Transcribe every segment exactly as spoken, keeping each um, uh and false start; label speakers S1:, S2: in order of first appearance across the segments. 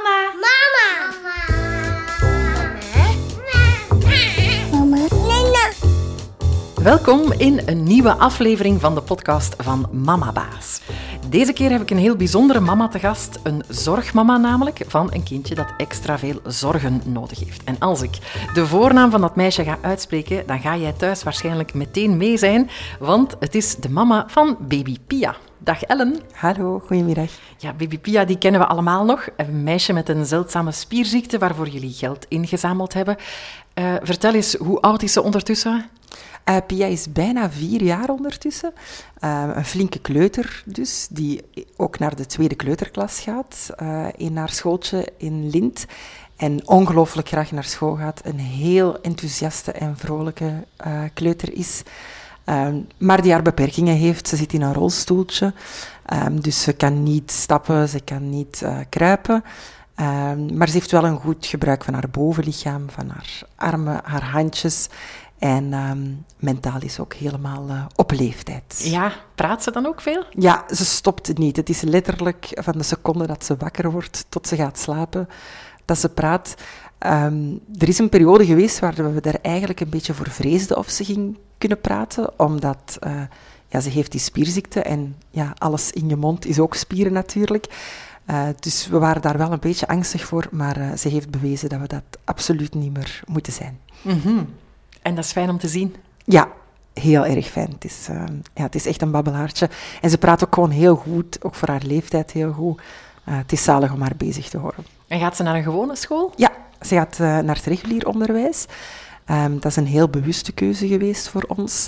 S1: Mama.
S2: Mama.
S1: Mama.
S2: Mama.
S3: Welkom in een nieuwe aflevering van de podcast van Mama Baas. Deze keer heb ik een heel bijzondere mama te gast, een zorgmama namelijk, van een kindje dat extra veel zorgen nodig heeft. En als ik de voornaam van dat meisje ga uitspreken, dan ga jij thuis waarschijnlijk meteen mee zijn, want het is de mama van baby Pia. Dag Ellen.
S4: Hallo, goedemiddag.
S3: Ja, baby Pia, die kennen we allemaal nog. Een meisje met een zeldzame spierziekte waarvoor jullie geld ingezameld hebben. Uh, vertel eens, hoe oud is ze ondertussen?
S4: Uh, Pia is bijna vier jaar ondertussen. Uh, een flinke kleuter dus, die ook naar de tweede kleuterklas gaat uh, in haar schooltje in Lint. En ongelooflijk graag naar school gaat. Een heel enthousiaste en vrolijke uh, kleuter is. Um, maar die haar beperkingen heeft. Ze zit in een rolstoeltje. Um, dus ze kan niet stappen, ze kan niet uh, kruipen. Um, maar ze heeft wel een goed gebruik van haar bovenlichaam, van haar armen, haar handjes. En um, mentaal is ook helemaal uh, op leeftijd.
S3: Ja, praat ze dan ook veel?
S4: Ja, ze stopt niet. Het is letterlijk van de seconde dat ze wakker wordt tot ze gaat slapen, dat ze praat. Um, er is een periode geweest waar we er eigenlijk een beetje voor vreesden of ze ging kunnen praten, omdat uh, ja, ze heeft die spierziekte en ja, alles in je mond is ook spieren natuurlijk. Uh, dus we waren daar wel een beetje angstig voor, maar uh, ze heeft bewezen dat we dat absoluut niet meer moeten zijn.
S3: Mm-hmm. En dat is fijn om te zien?
S4: Ja, heel erg fijn. Het is, uh, ja, het is echt een babbelaartje. En ze praat ook gewoon heel goed, ook voor haar leeftijd heel goed. Uh, het is zalig om haar bezig te horen.
S3: En gaat ze naar een gewone school?
S4: Ja, ze gaat uh, naar het regulier onderwijs. Um, dat is een heel bewuste keuze geweest voor ons.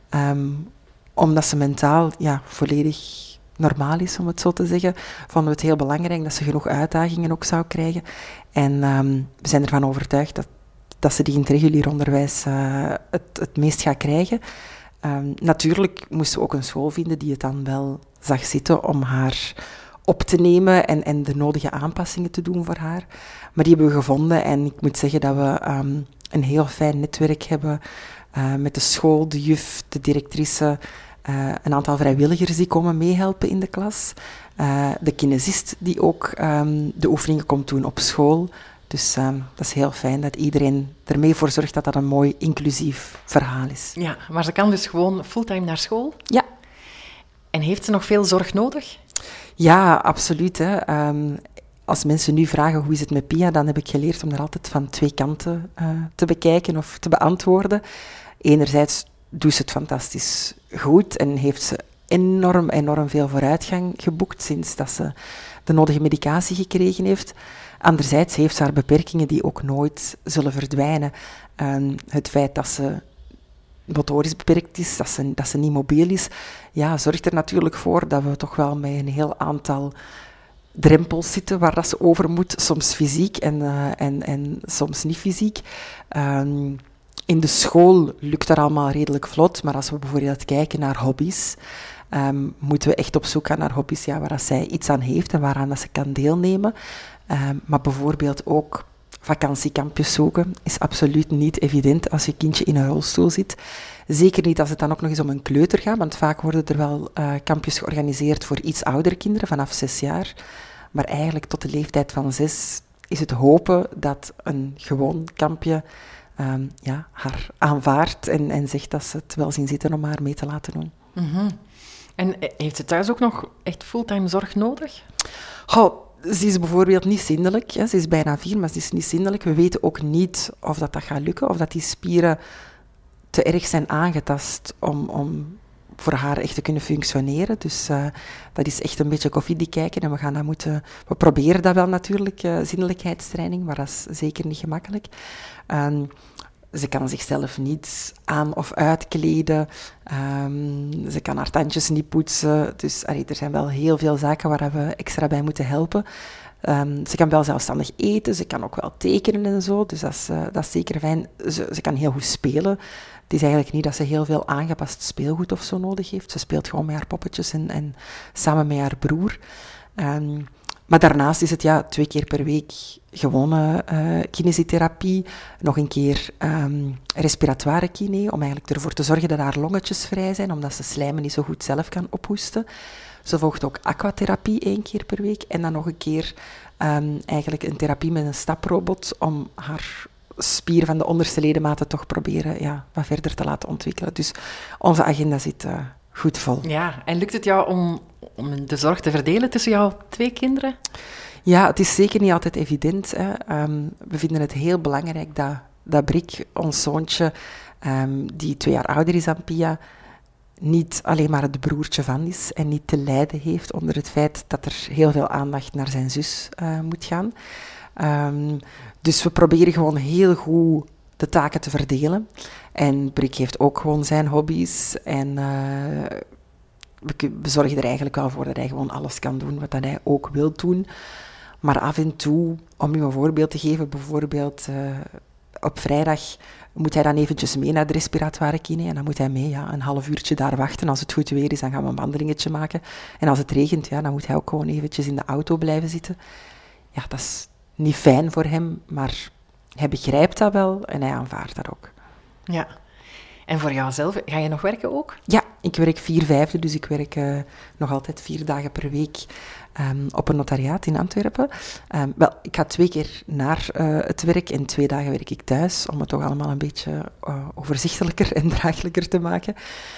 S4: Um, omdat ze mentaal ja, volledig normaal is, om het zo te zeggen, vonden we het heel belangrijk dat ze genoeg uitdagingen ook zou krijgen. En um, we zijn ervan overtuigd dat, dat ze die in het regulier onderwijs uh, het, het meest gaat krijgen. Um, natuurlijk moesten we ook een school vinden die het dan wel zag zitten om haar op te nemen en, en de nodige aanpassingen te doen voor haar. Maar die hebben we gevonden en ik moet zeggen dat we um, een heel fijn netwerk hebben uh, met de school, de juf, de directrice, uh, een aantal vrijwilligers die komen meehelpen in de klas, uh, de kinesist die ook um, de oefeningen komt doen op school. Dus um, dat is heel fijn dat iedereen ermee voor zorgt dat dat een mooi inclusief verhaal is.
S3: Ja, maar ze kan dus gewoon fulltime naar school?
S4: Ja.
S3: En heeft ze nog veel zorg nodig?
S4: Ja, absoluut. Hè. Um, als mensen nu vragen hoe is het met Pia, dan heb ik geleerd om er altijd van twee kanten uh, te bekijken of te beantwoorden. Enerzijds doet ze het fantastisch goed en heeft ze enorm, enorm veel vooruitgang geboekt sinds dat ze de nodige medicatie gekregen heeft. Anderzijds heeft ze haar beperkingen die ook nooit zullen verdwijnen. Um, het feit dat ze motorisch beperkt is, dat ze, dat ze niet mobiel is, ja, zorgt er natuurlijk voor dat we toch wel met een heel aantal drempels zitten waar dat ze over moet, soms fysiek en, uh, en, en soms niet fysiek. Um, in de school lukt dat allemaal redelijk vlot, maar als we bijvoorbeeld kijken naar hobby's, um, moeten we echt op zoek gaan naar hobby's ja, waar dat zij iets aan heeft en waaraan dat ze kan deelnemen. Um, maar bijvoorbeeld ook vakantiekampjes zoeken is absoluut niet evident als je kindje in een rolstoel zit. Zeker niet als het dan ook nog eens om een kleuter gaat, want vaak worden er wel uh, kampjes georganiseerd voor iets oudere kinderen, vanaf zes jaar. Maar eigenlijk tot de leeftijd van zes is het hopen dat een gewoon kampje um, ja, haar aanvaardt en, en zegt dat ze het wel zien zitten om haar mee te laten doen.
S3: Mm-hmm. En heeft ze thuis ook nog echt fulltime zorg nodig?
S4: Goh, ze is bijvoorbeeld niet zindelijk. Hè. Ze is bijna vier, maar ze is niet zindelijk. We weten ook niet of dat, dat gaat lukken, of dat die spieren te erg zijn aangetast om, om voor haar echt te kunnen functioneren. Dus uh, dat is echt een beetje koffiedik kijken. En we gaan dat moeten... We proberen dat wel natuurlijk, uh, zindelijkheidstraining, maar dat is zeker niet gemakkelijk. Um, Ze kan zichzelf niet aan- of uitkleden. Um, ze kan haar tandjes niet poetsen. Dus allee, er zijn wel heel veel zaken waar we extra bij moeten helpen. Um, ze kan wel zelfstandig eten. Ze kan ook wel tekenen en zo. Dus dat is, uh, dat is zeker fijn. Ze, ze kan heel goed spelen. Het is eigenlijk niet dat ze heel veel aangepast speelgoed of zo nodig heeft. Ze speelt gewoon met haar poppetjes en, en samen met haar broer. Um, Maar daarnaast is het ja, twee keer per week gewone uh, kinesietherapie, nog een keer um, respiratoire kine, om eigenlijk ervoor te zorgen dat haar longetjes vrij zijn, omdat ze slijmen niet zo goed zelf kan ophoesten. Ze volgt ook aquatherapie één keer per week. En dan nog een keer um, eigenlijk een therapie met een staprobot om haar spier van de onderste ledematen toch proberen ja, wat verder te laten ontwikkelen. Dus onze agenda zit uh, goed vol.
S3: Ja, en lukt het jou om, om de zorg te verdelen tussen jouw twee kinderen?
S4: Ja, het is zeker niet altijd evident. Hè. Um, we vinden het heel belangrijk dat, dat Brik, ons zoontje, um, die twee jaar ouder is dan Pia, niet alleen maar het broertje van is en niet te lijden heeft onder het feit dat er heel veel aandacht naar zijn zus uh, moet gaan. Um, dus we proberen gewoon heel goed de taken te verdelen. En Brik heeft ook gewoon zijn hobby's. En uh, we, we zorgen er eigenlijk wel voor dat hij gewoon alles kan doen wat hij ook wil doen. Maar af en toe, om u een voorbeeld te geven, bijvoorbeeld uh, op vrijdag moet hij dan eventjes mee naar de respiratoire kine. En dan moet hij mee ja, een half uurtje daar wachten. Als het goed weer is, dan gaan we een wandelingetje maken. En als het regent, ja, dan moet hij ook gewoon eventjes in de auto blijven zitten. Ja, dat is niet fijn voor hem, maar hij begrijpt dat wel en hij aanvaardt dat ook.
S3: Ja. En voor jouzelf, ga je nog werken ook?
S4: Ja, ik werk vier vijfde, dus ik werk uh, nog altijd vier dagen per week um, op een notariaat in Antwerpen. Um, wel, ik ga twee keer naar uh, het werk en twee dagen werk ik thuis, om het toch allemaal een beetje uh, overzichtelijker en draaglijker te maken.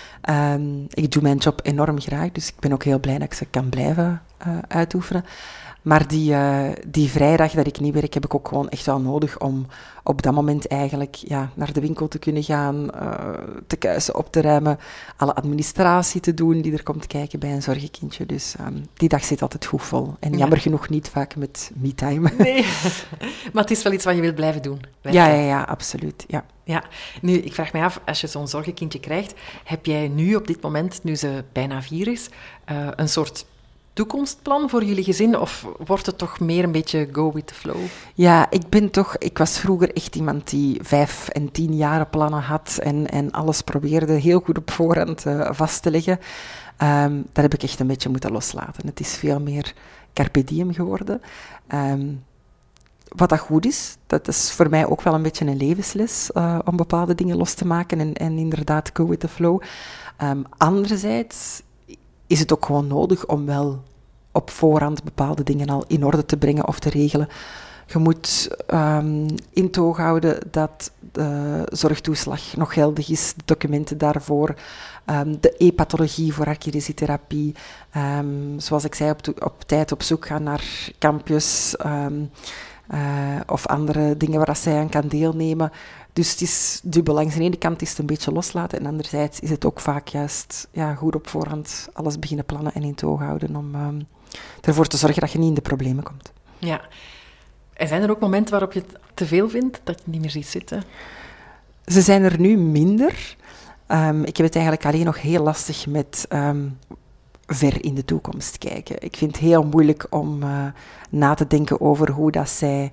S4: Um, ik doe mijn job enorm graag, dus ik ben ook heel blij dat ik ze kan blijven uh, uitoefenen. Maar die, uh, die vrijdag dat ik niet werk, heb ik ook gewoon echt wel nodig om op dat moment eigenlijk ja, naar de winkel te kunnen gaan, uh, te kuisen op te ruimen, alle administratie te doen die er komt kijken bij een zorgenkindje. Dus um, die dag zit altijd goed vol. En jammer ja. genoeg niet vaak met me-time.
S3: Nee, maar het is wel iets wat je wilt blijven doen.
S4: Ja, ja, ja, absoluut. Ja.
S3: Ja, nu, ik vraag me af, als je zo'n zorgenkindje krijgt, heb jij nu op dit moment, nu ze bijna vier is, uh, een soort toekomstplan voor jullie gezin, of wordt het toch meer een beetje go with the flow? Ja, ik ben toch... Ik was vroeger echt iemand die vijf- en tien jaren plannen had en, en alles probeerde heel goed op voorhand uh, vast te leggen. Um, dat heb ik echt een beetje moeten loslaten. Het is veel meer carpe diem geworden. Um, wat dat goed is, dat is voor mij ook wel een beetje een levensles uh, om bepaalde dingen los te maken en, en inderdaad go with the flow. Um, anderzijds is het ook gewoon nodig om wel op voorhand bepaalde dingen al in orde te brengen of te regelen. Je moet um, in toog houden dat de zorgtoeslag nog geldig is, de documenten daarvoor, um, de e-pathologie voor archiresitherapie, um, zoals ik zei, op, to- op tijd op zoek gaan naar kampjes um, uh, of andere dingen waar zij aan kan deelnemen. Dus het is dubbel. Langs de ene kant is het een beetje loslaten en anderzijds is het ook vaak juist ja, goed op voorhand alles beginnen plannen en in toog houden om um, ervoor te zorgen dat je niet in de problemen komt. Ja. En zijn er ook momenten waarop je het te veel vindt, dat je niet meer ziet zitten?
S4: Ze zijn er nu minder. Um, ik heb het eigenlijk alleen nog heel lastig met um, ver in de toekomst kijken. Ik vind het heel moeilijk om uh, na te denken over hoe dat zij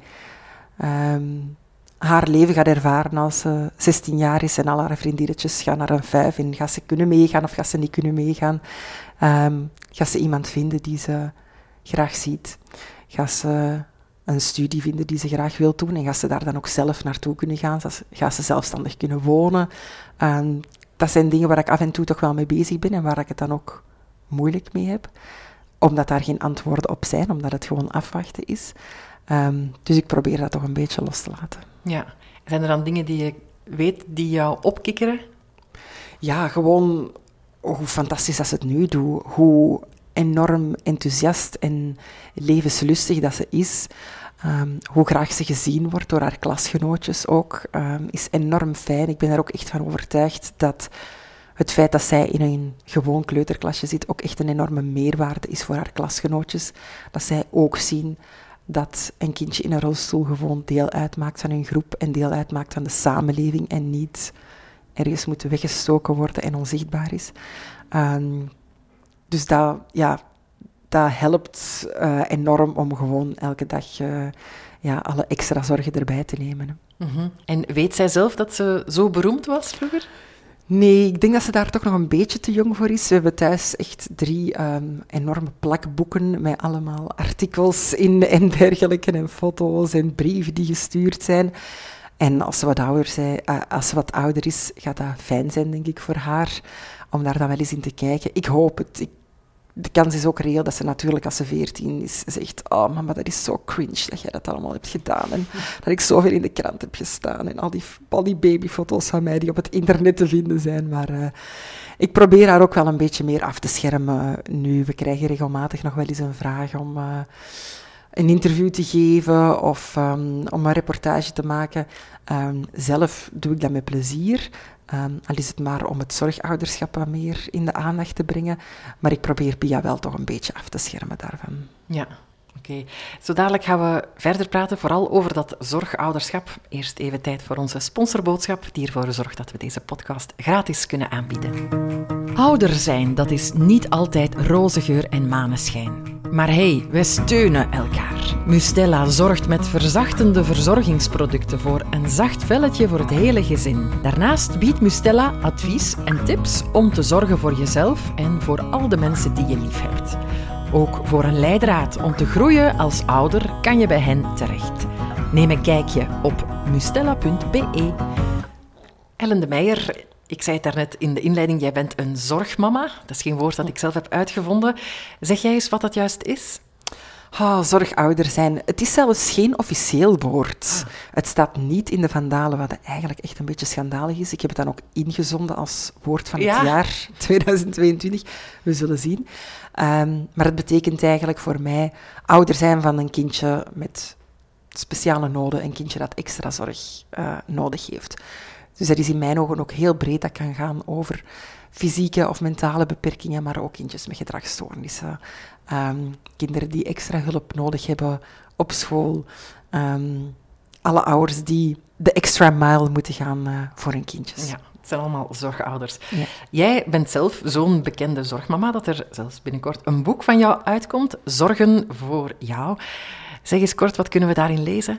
S4: um, haar leven gaat ervaren als ze zestien jaar is en al haar vriendinnetjes gaan naar een vijf en gaat ze kunnen meegaan of gaat ze niet kunnen meegaan. Um, gaat ze iemand vinden die ze graag ziet? Gaat ze een studie vinden die ze graag wil doen en gaat ze daar dan ook zelf naartoe kunnen gaan? Gaat ze zelfstandig kunnen wonen? Um, dat zijn dingen waar ik af en toe toch wel mee bezig ben en waar ik het dan ook moeilijk mee heb. Omdat daar geen antwoorden op zijn, omdat het gewoon afwachten is. Um, dus ik probeer dat toch een beetje los te laten.
S3: Ja. Zijn er dan dingen die je weet die jou opkikkeren?
S4: Ja, gewoon hoe fantastisch dat ze het nu doet. Hoe enorm enthousiast en levenslustig dat ze is. Um, hoe graag ze gezien wordt door haar klasgenootjes ook, um, is enorm fijn. Ik ben er ook echt van overtuigd dat het feit dat zij in een gewoon kleuterklasje zit ook echt een enorme meerwaarde is voor haar klasgenootjes. Dat zij ook zien dat een kindje in een rolstoel gewoon deel uitmaakt van hun groep en deel uitmaakt van de samenleving en niet ergens moet weggestoken worden en onzichtbaar is. Um, dus dat, ja, dat helpt uh, enorm om gewoon elke dag uh, ja, alle extra zorgen erbij te nemen. Hè.
S3: Mm-hmm. En weet zij zelf dat ze zo beroemd was vroeger?
S4: Nee, ik denk dat ze daar toch nog een beetje te jong voor is. We hebben thuis echt drie um, enorme plakboeken met allemaal artikels in en dergelijke, en foto's en brieven die gestuurd zijn. En als ze wat ouder, zij, uh, als ze wat ouder is, gaat dat fijn zijn, denk ik, voor haar, om daar dan wel eens in te kijken. Ik hoop het. Ik de kans is ook reëel dat ze natuurlijk als ze veertien is zegt, oh mama, dat is zo cringe dat jij dat allemaal hebt gedaan. En dat ik zoveel in de krant heb gestaan. En al die, al die babyfoto's van mij die op het internet te vinden zijn. Maar uh, ik probeer haar ook wel een beetje meer af te schermen nu. We krijgen regelmatig nog wel eens een vraag om uh, een interview te geven of um, om een reportage te maken. Um, zelf doe ik dat met plezier. Um, al is het maar om het zorgouderschap wat meer in de aandacht te brengen. Maar ik probeer Pia wel toch een beetje af te schermen daarvan.
S3: Ja, oké. Okay. Zo dadelijk gaan we verder praten, vooral over dat zorgouderschap. Eerst even tijd voor onze sponsorboodschap, die ervoor zorgt dat we deze podcast gratis kunnen aanbieden. Ouder zijn, dat is niet altijd roze geur en maneschijn. Maar hey, wij steunen elkaar. Mustela zorgt met verzachtende verzorgingsproducten voor een zacht velletje voor het hele gezin. Daarnaast biedt Mustela advies en tips om te zorgen voor jezelf en voor al de mensen die je lief hebt. Ook voor een leidraad om te groeien als ouder kan je bij hen terecht. Neem een kijkje op mustela punt b e. Ellen de Meijer, ik zei het daarnet in de inleiding, jij bent een zorgmama. Dat is geen woord dat ik zelf heb uitgevonden. Zeg jij eens wat dat juist is?
S4: Oh, zorgouder zijn. Het is zelfs geen officieel woord. Ah. Het staat niet in de Vandalen, wat eigenlijk echt een beetje schandalig is. Ik heb het dan ook ingezonden als woord van ja. het jaar tweeduizend tweeëntwintig. We zullen zien. Um, maar het betekent eigenlijk voor mij ouder zijn van een kindje met speciale noden, een kindje dat extra zorg uh, nodig heeft. Dus dat is in mijn ogen ook heel breed. Dat kan gaan over fysieke of mentale beperkingen, maar ook kindjes met gedragsstoornissen. Um, kinderen die extra hulp nodig hebben op school. Um, alle ouders die de extra mile moeten gaan uh, voor hun kindjes.
S3: Ja, het zijn allemaal zorgouders.
S4: Ja.
S3: Jij bent zelf zo'n bekende zorgmama dat er zelfs binnenkort een boek van jou uitkomt, Zorgen voor jou. Zeg eens kort, wat kunnen we daarin lezen?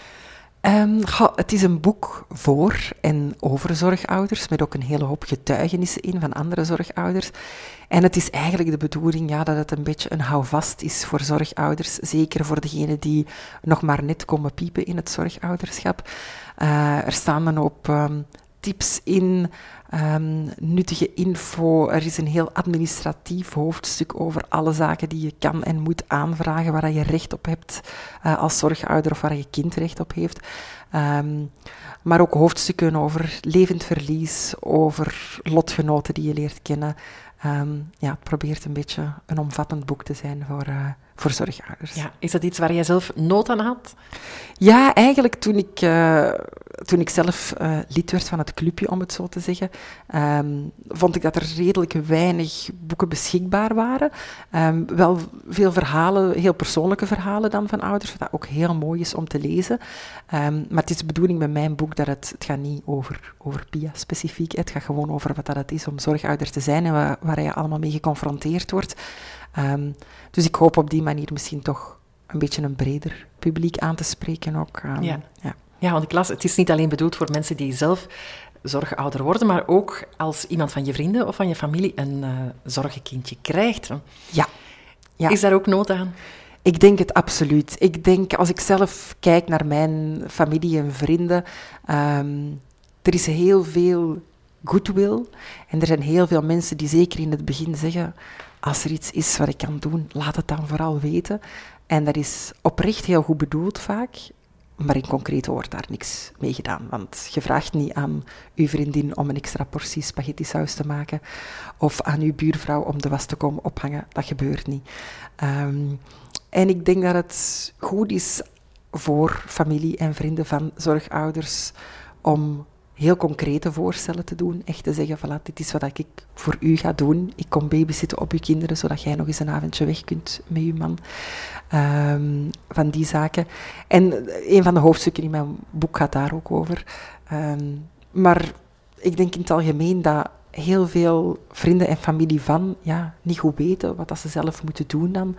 S4: Um, goh, het is een boek voor en over zorgouders, met ook een hele hoop getuigenissen in van andere zorgouders. En het is eigenlijk de bedoeling ja, dat het een beetje een houvast is voor zorgouders, zeker voor degenen die nog maar net komen piepen in het zorgouderschap. Uh, er staan een hoop um, tips in, um, nuttige info. Er is een heel administratief hoofdstuk over alle zaken die je kan en moet aanvragen, waar je recht op hebt uh, als zorgouder of waar je kind recht op heeft. Um, maar ook hoofdstukken over levend verlies, over lotgenoten die je leert kennen. Um, ja, het probeert een beetje een omvattend boek te zijn voor, uh, voor zorgouders.
S3: Ja, is dat iets waar jij zelf nood aan had?
S4: Ja, eigenlijk toen ik, uh, toen ik zelf uh, lid werd van het clubje, om het zo te zeggen, um, vond ik dat er redelijk weinig boeken beschikbaar waren. Um, wel veel verhalen, heel persoonlijke verhalen dan van ouders, wat dat ook heel mooi is om te lezen. Um, maar het is de bedoeling met mijn boek dat het, het gaat niet over, over Pia specifiek, het gaat gewoon over wat dat het is om zorgouder te zijn en waar, waar je allemaal mee geconfronteerd wordt. Um, dus ik hoop op die manier misschien toch een beetje een breder publiek aan te spreken ook. Um,
S3: ja.
S4: Ja.
S3: ja, want ik las, het is niet alleen bedoeld voor mensen die zelf zorgouder worden, maar ook als iemand van je vrienden of van je familie een uh, zorgenkindje krijgt.
S4: Ja. Ja.
S3: Is daar ook nood aan?
S4: Ik denk het absoluut. Ik denk, als ik zelf kijk naar mijn familie en vrienden, um, er is heel veel goodwill. En er zijn heel veel mensen die zeker in het begin zeggen, als er iets is wat ik kan doen, laat het dan vooral weten. En dat is oprecht heel goed bedoeld vaak, maar in concreto wordt daar niks mee gedaan. Want je vraagt niet aan uw vriendin om een extra portie spaghetti saus te maken of aan uw buurvrouw om de was te komen ophangen. Dat gebeurt niet. Um, en ik denk dat het goed is voor familie en vrienden van zorgouders om heel concrete voorstellen te doen. Echt te zeggen, voilà, dit is wat ik voor u ga doen. Ik kom babysitten op uw kinderen, zodat jij nog eens een avondje weg kunt met uw man. Um, van die zaken. En een van de hoofdstukken in mijn boek gaat daar ook over. Um, maar ik denk in het algemeen dat heel veel vrienden en familie van ja, niet goed weten wat dat ze zelf moeten doen dan.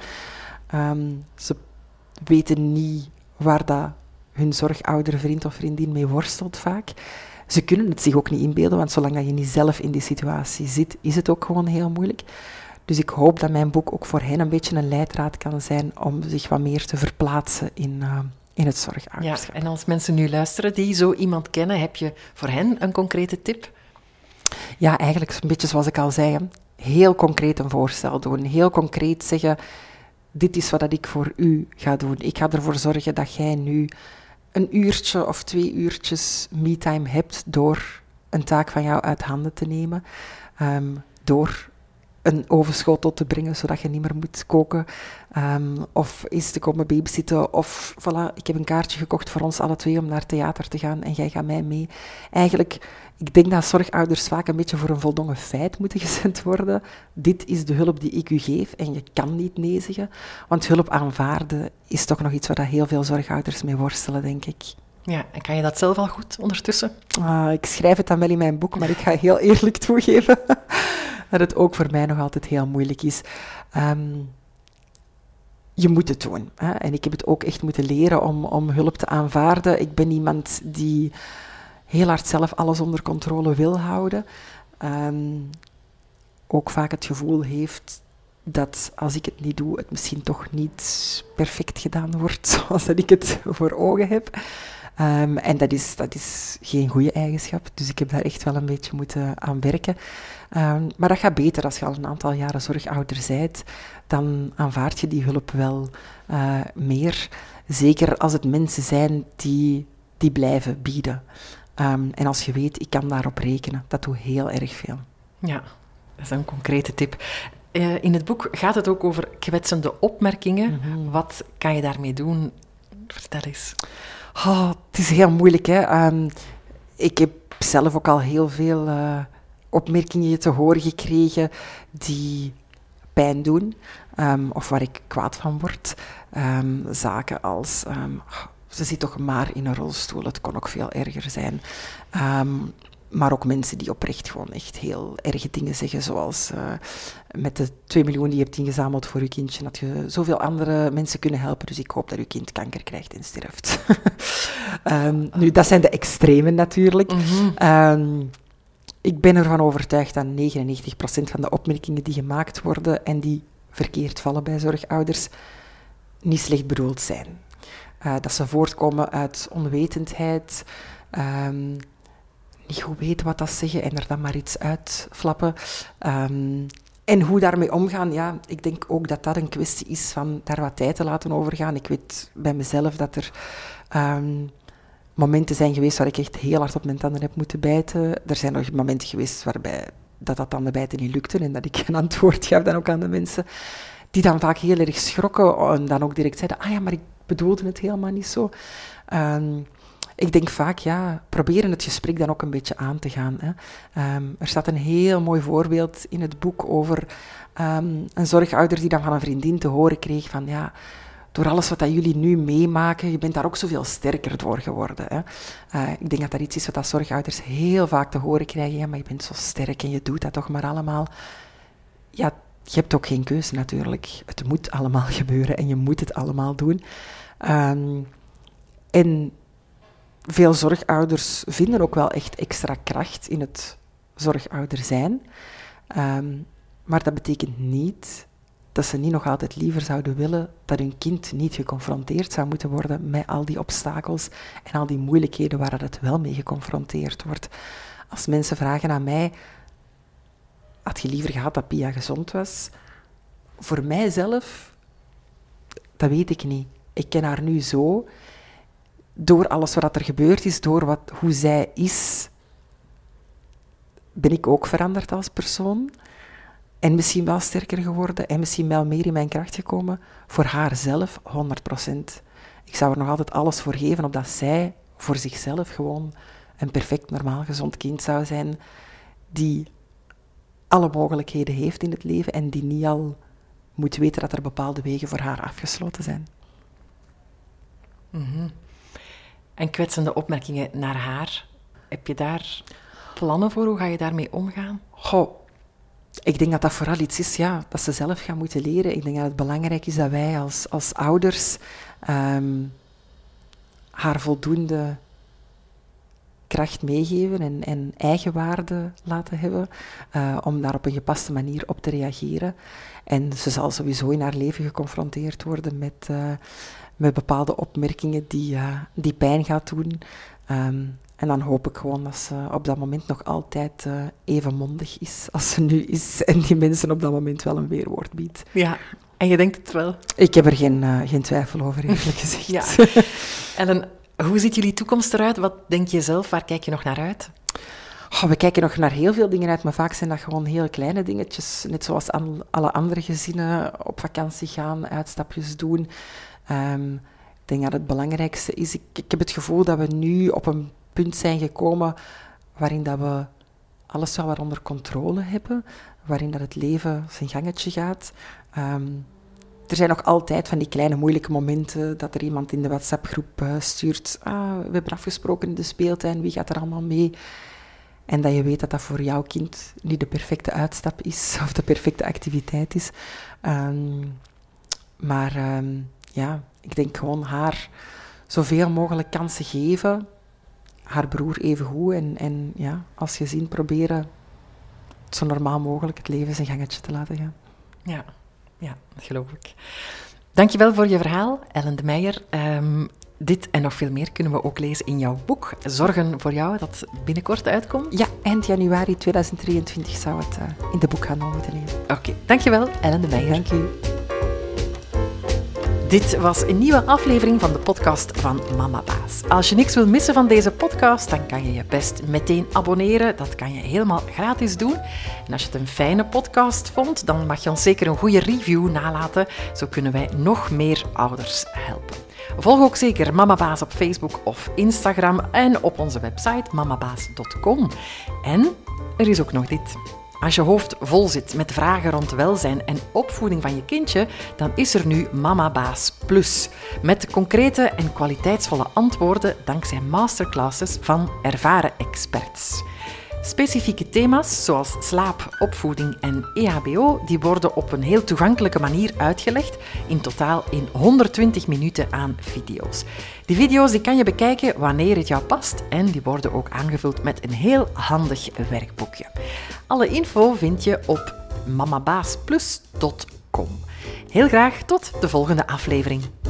S4: Um, ze weten niet waar dat hun zorgouder, vriend of vriendin mee worstelt vaak. Ze kunnen het zich ook niet inbeelden, want zolang dat je niet zelf in die situatie zit, is het ook gewoon heel moeilijk. Dus ik hoop dat mijn boek ook voor hen een beetje een leidraad kan zijn om zich wat meer te verplaatsen in, uh, in het zorgouderschap.
S3: Ja, en als mensen nu luisteren die zo iemand kennen, heb je voor hen een concrete tip?
S4: Ja, eigenlijk een beetje zoals ik al zei. heel concreet een voorstel doen. Heel concreet zeggen, dit is wat ik voor u ga doen. Ik ga ervoor zorgen dat jij nu een uurtje of twee uurtjes me-time hebt door een taak van jou uit handen te nemen. Um, door een ovenschotel te brengen, zodat je niet meer moet koken. Um, of eens te komen babysitten. Of, voilà, ik heb een kaartje gekocht voor ons alle twee om naar het theater te gaan en jij gaat mij mee. Eigenlijk, ik denk dat zorgouders vaak een beetje voor een voldongen feit moeten gezet worden. Dit is de hulp die ik u geef en je kan niet nee zeggen. Want hulp aanvaarden is toch nog iets waar heel veel zorgouders mee worstelen, denk ik.
S3: Ja, en kan je dat zelf al goed ondertussen?
S4: Uh, ik schrijf het dan wel in mijn boek, maar ik ga heel eerlijk toegeven dat het ook voor mij nog altijd heel moeilijk is. Um, je moet het doen. Hè? En ik heb het ook echt moeten leren om, om hulp te aanvaarden. Ik ben iemand die heel hard zelf alles onder controle wil houden. Um, ook vaak het gevoel heeft dat als ik het niet doe, het misschien toch niet perfect gedaan wordt zoals dat ik het voor ogen heb. Um, en dat is, dat is geen goede eigenschap, dus ik heb daar echt wel een beetje moeten aan werken. Um, maar dat gaat beter als je al een aantal jaren zorgouder bent, dan aanvaard je die hulp wel uh, meer. Zeker als het mensen zijn die, die blijven bieden. Um, en als je weet, ik kan daarop rekenen, dat doet heel erg veel.
S3: Ja, dat is een concrete tip. Uh, in het boek gaat het ook over kwetsende opmerkingen. Mm-hmm. Wat kan je daarmee doen? Vertel eens.
S4: Oh, het is heel moeilijk, hè. Um, ik heb zelf ook al heel veel uh, opmerkingen te horen gekregen die pijn doen, um, of waar ik kwaad van word. Um, zaken als, um, ze zit toch maar in een rolstoel, het kon ook veel erger zijn. Um, maar ook mensen die oprecht gewoon echt heel erge dingen zeggen, zoals uh, met de twee miljoen die je hebt ingezameld voor je kindje, dat je zoveel andere mensen kunnen helpen, dus ik hoop dat je kind kanker krijgt en sterft. um, nu, dat zijn de extremen natuurlijk. Mm-hmm. Um, ik ben ervan overtuigd dat negenennegentig procent van de opmerkingen die gemaakt worden en die verkeerd vallen bij zorgouders, niet slecht bedoeld zijn. Uh, dat ze voortkomen uit onwetendheid, um, niet goed weten wat dat zeggen en er dan maar iets uitflappen. Um, en hoe daarmee omgaan, ja, ik denk ook dat dat een kwestie is van daar wat tijd te laten overgaan. Ik weet bij mezelf dat er um, momenten zijn geweest waar ik echt heel hard op mijn tanden heb moeten bijten. Er zijn nog momenten geweest waarbij dat, dat tandenbijten niet lukte en dat ik een antwoord gaf dan ook aan de mensen, die dan vaak heel erg schrokken en dan ook direct zeiden, ah ja, maar ik bedoelde het helemaal niet zo. Um, Ik denk vaak, ja, proberen het gesprek dan ook een beetje aan te gaan. Hè. Um, er staat een heel mooi voorbeeld in het boek over um, een zorgouder die dan van een vriendin te horen kreeg van, ja, door alles wat dat jullie nu meemaken, je bent daar ook zoveel sterker door geworden. Hè. Uh, ik denk dat dat iets is wat dat zorgouders heel vaak te horen krijgen. Ja, maar je bent zo sterk en je doet dat toch maar allemaal. Ja, je hebt ook geen keuze natuurlijk. Het moet allemaal gebeuren en je moet het allemaal doen. Um, en veel zorgouders vinden ook wel echt extra kracht in het zorgouder zijn. Um, maar dat betekent niet dat ze niet nog altijd liever zouden willen dat hun kind niet geconfronteerd zou moeten worden met al die obstakels en al die moeilijkheden waar het wel mee geconfronteerd wordt. Als mensen vragen aan mij, had je liever gehad dat Pia gezond was? Voor mijzelf, dat weet ik niet. Ik ken haar nu zo. Door alles wat er gebeurd is, door wat, hoe zij is, ben ik ook veranderd als persoon. En misschien wel sterker geworden en misschien wel meer in mijn kracht gekomen. Voor haarzelf, honderd procent. Ik zou er nog altijd alles voor geven, opdat zij voor zichzelf gewoon een perfect, normaal, gezond kind zou zijn, die alle mogelijkheden heeft in het leven en die niet al moet weten dat er bepaalde wegen voor haar afgesloten zijn.
S3: Mm-hmm. En kwetsende opmerkingen naar haar, heb je daar plannen voor? Hoe ga je daarmee omgaan?
S4: Goh, ik denk dat dat vooral iets is, ja, dat ze zelf gaan moeten leren. Ik denk dat het belangrijk is dat wij als, als ouders um, haar voldoende kracht meegeven en, en eigenwaarde laten hebben, uh, om daar op een gepaste manier op te reageren. En ze zal sowieso in haar leven geconfronteerd worden met, uh, met bepaalde opmerkingen die, uh, die pijn gaat doen. Um, En dan hoop ik gewoon dat ze op dat moment nog altijd uh, even mondig is als ze nu is. En die mensen op dat moment wel een weerwoord biedt.
S3: Ja, en je denkt het wel?
S4: Ik heb er geen, uh, geen twijfel over, eerlijk gezegd.
S3: Ja. Ellen, hoe ziet jullie toekomst eruit? Wat denk je zelf? Waar kijk je nog naar uit?
S4: Oh, we kijken nog naar heel veel dingen uit, maar vaak zijn dat gewoon heel kleine dingetjes. Net zoals an- alle andere gezinnen op vakantie gaan, uitstapjes doen. Um, ik denk dat het belangrijkste is... Ik, ik heb het gevoel dat we nu op een punt zijn gekomen waarin dat we alles wel wat onder controle hebben, waarin dat het leven zijn gangetje gaat. Um, er zijn nog altijd van die kleine moeilijke momenten dat er iemand in de WhatsApp-groep uh, stuurt. Ah, we hebben afgesproken in de speeltuin, wie gaat er allemaal mee? En dat je weet dat dat voor jouw kind niet de perfecte uitstap is of de perfecte activiteit is. Um, maar um, ja, ik denk gewoon haar zoveel mogelijk kansen geven. Haar broer evengoed. En, en ja, als gezin proberen zo normaal mogelijk het leven zijn gangetje te laten gaan.
S3: Ja, ja, dat geloof ik. Dankjewel voor je verhaal, Ellen de Meijer. Um, dit en nog veel meer kunnen we ook lezen in jouw boek Zorgen voor jou, dat binnenkort uitkomt.
S4: Ja, eind januari tweeduizend drieëntwintig zou het uh, in de boekhandel moeten lezen.
S3: Oké, okay, dankjewel, Ellen de Meijer.
S4: Dank u.
S3: Dit was een nieuwe aflevering van de podcast van Mama Baas. Als je niks wil missen van deze podcast, dan kan je je best meteen abonneren. Dat kan je helemaal gratis doen. En als je het een fijne podcast vond, dan mag je ons zeker een goede review nalaten. Zo kunnen wij nog meer ouders helpen. Volg ook zeker Mama Baas op Facebook of Instagram en op onze website mamabaas punt com. En er is ook nog dit. Als je hoofd vol zit met vragen rond welzijn en opvoeding van je kindje, dan is er nu Mama Baas Plus. Met concrete en kwaliteitsvolle antwoorden dankzij masterclasses van ervaren experts. Specifieke thema's zoals slaap, opvoeding en E H B O die worden op een heel toegankelijke manier uitgelegd, in totaal in honderdtwintig minuten aan video's. Die video's die kan je bekijken wanneer het jou past en die worden ook aangevuld met een heel handig werkboekje. Alle info vind je op mamabaasplus punt com. Heel graag tot de volgende aflevering.